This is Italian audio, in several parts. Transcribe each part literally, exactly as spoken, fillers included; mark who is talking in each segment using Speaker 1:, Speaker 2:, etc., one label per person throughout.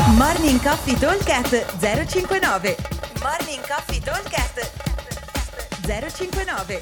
Speaker 1: Morning Coffee Talkcast zero cinquantanove. Morning Coffee Talkcast zero cinquantanove.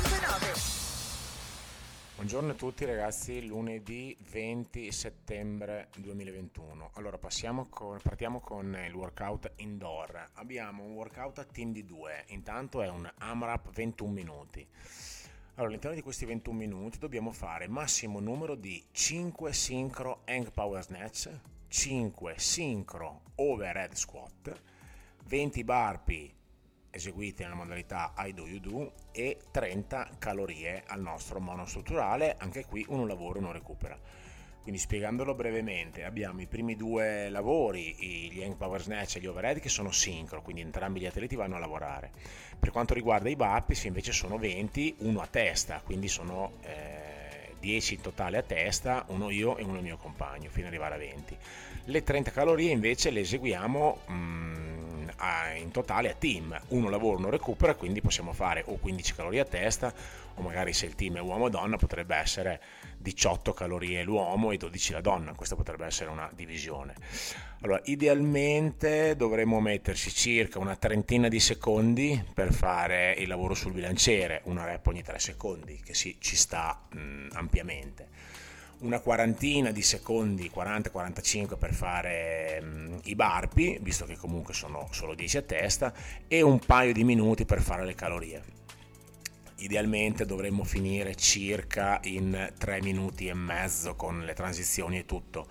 Speaker 2: Buongiorno a tutti ragazzi, lunedì venti settembre duemilaventuno. Allora passiamo con, partiamo con il workout indoor. Abbiamo un workout a team di due, intanto è un AMRAP ventuno minuti. Allora all'interno di questi ventuno minuti dobbiamo fare massimo numero di cinque sincro hang power snatch, cinque sincro overhead squat, venti burpee eseguiti nella modalità I do you do e trenta calorie al nostro monostrutturale. Anche qui uno lavoro uno recupera. Quindi spiegandolo brevemente, abbiamo i primi due lavori, gli hang power snatch e gli overhead, che sono sincro, quindi entrambi gli atleti vanno a lavorare. Per quanto riguarda i burpees invece sono venti, uno a testa, quindi sono eh, dieci in totale a testa, uno io e uno il mio compagno, fino ad arrivare a venti. Le trenta calorie invece le eseguiamo mh, a, in totale a team, uno lavora uno recupera, quindi possiamo fare o quindici calorie a testa, o magari se il team è uomo o donna potrebbe essere diciotto calorie l'uomo e dodici la donna. Questa potrebbe essere una divisione. Allora idealmente dovremmo metterci circa una trentina di secondi per fare il lavoro sul bilanciere, una rep ogni tre secondi, che si, ci sta mh, ampiamente, una quarantina di secondi, quaranta quarantacinque per fare mh, i burpee, visto che comunque sono solo dieci a testa, e un paio di minuti per fare le calorie. Idealmente dovremmo finire circa in tre minuti e mezzo con le transizioni e tutto.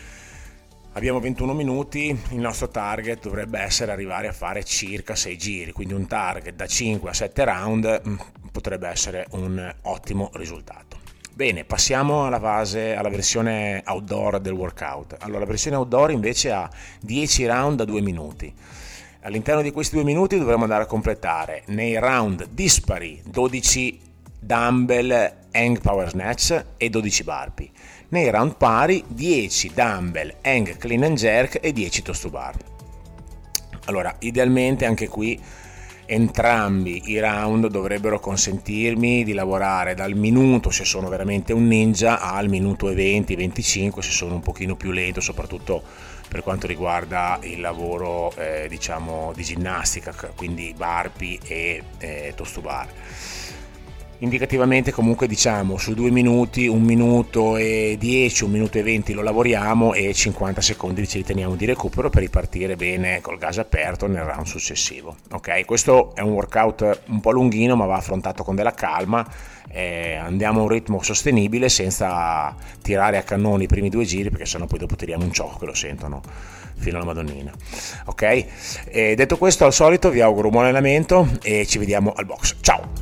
Speaker 2: Abbiamo ventuno minuti, il nostro target dovrebbe essere arrivare a fare circa sei giri, quindi un target da cinque a sette round mh, potrebbe essere un ottimo risultato. Bene, passiamo alla fase, alla versione outdoor del workout. Allora, la versione outdoor invece ha dieci round da due minuti. All'interno di questi due minuti dovremo andare a completare nei round dispari dodici dumbbell hang power snatch e dodici burpee. Nei round pari dieci dumbbell hang clean and jerk e dieci toes to bar. Allora, idealmente anche qui entrambi i round dovrebbero consentirmi di lavorare dal minuto, se sono veramente un ninja, al minuto e venti venticinque se sono un pochino più lento, soprattutto per quanto riguarda il lavoro eh, diciamo di ginnastica, quindi burpee e eh, toes to bar. Indicativamente comunque diciamo su due minuti, un minuto e dieci, un minuto e venti lo lavoriamo e cinquanta secondi ci riteniamo di recupero per ripartire bene col gas aperto nel round successivo. Ok, questo è un workout un po' lunghino ma va affrontato con della calma, eh, andiamo a un ritmo sostenibile senza tirare a cannone i primi due giri, perché sennò poi dopo tiriamo un ciocco che lo sentono fino alla madonnina. Ok, e detto questo, al solito vi auguro un buon allenamento e ci vediamo al box. Ciao!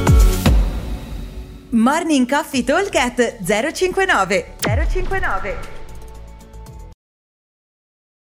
Speaker 1: Morning Coffee Talkcast zero cinquantanove.